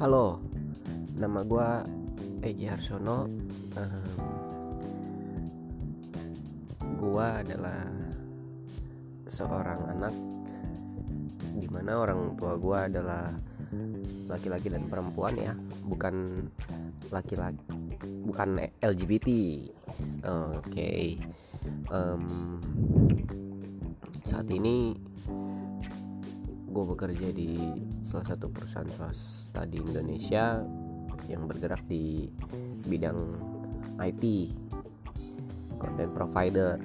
Halo, nama gue Egi Harsono. Gue adalah seorang anak dimana orang tua gue adalah laki-laki dan perempuan ya, bukan laki-laki, bukan LGBT. Oke. Saat ini gue bekerja di salah satu perusahaan swasta di Indonesia yang bergerak di bidang IT, content provider.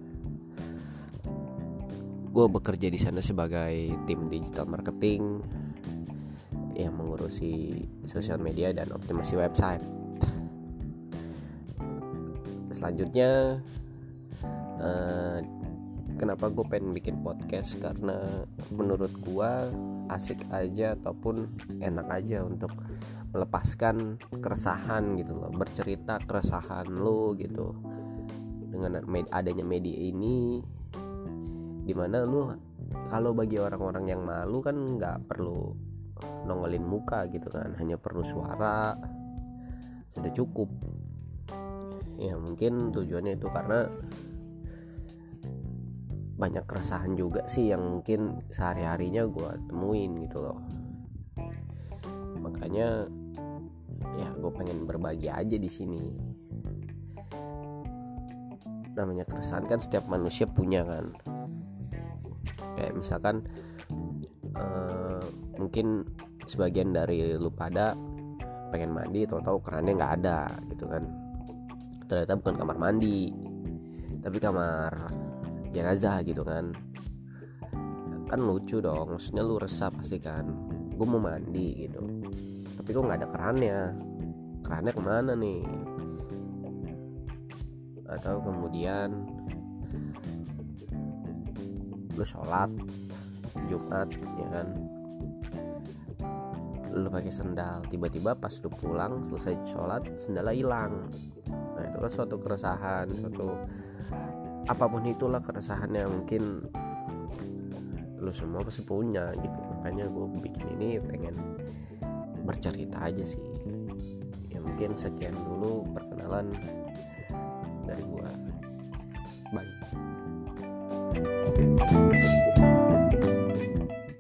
Gue bekerja di sana sebagai tim digital marketing yang mengurusi sosial media dan optimasi website. Selanjutnya, kenapa gue pengen bikin podcast? Karena menurut gue asik aja ataupun enak aja untuk melepaskan keresahan gitu loh, bercerita keresahan lo gitu dengan adanya media ini, dimana lu kalau bagi orang-orang yang malu kan nggak perlu nongolin muka gitu kan, hanya perlu suara sudah cukup ya. Mungkin tujuannya itu karena banyak keresahan juga sih yang mungkin sehari-harinya gue temuin gitu loh. Makanya ya gue pengen berbagi aja di sini. Namanya keresahan kan setiap manusia punya kan. Kayak misalkan mungkin sebagian dari lu pada pengen mandi, tahu-tahu kerannya nggak ada gitu kan. Ternyata bukan kamar mandi, tapi kamar jenazah gitu kan. Kan lucu dong, maksudnya lu resah pasti kan. Gue mau mandi gitu, tapi kok nggak ada kerannya kemana nih? Atau kemudian lu sholat Jumat ya kan, lu pakai sendal, tiba-tiba pas lu pulang selesai sholat sendalnya hilang. Nah itu kan suatu keresahan, suatu apapun itulah keresahannya, mungkin lu semua pasti punya gitu. Makanya gue bikin ini pengen bercerita aja sih ya. Mungkin sekian dulu perkenalan dari gue. Bye.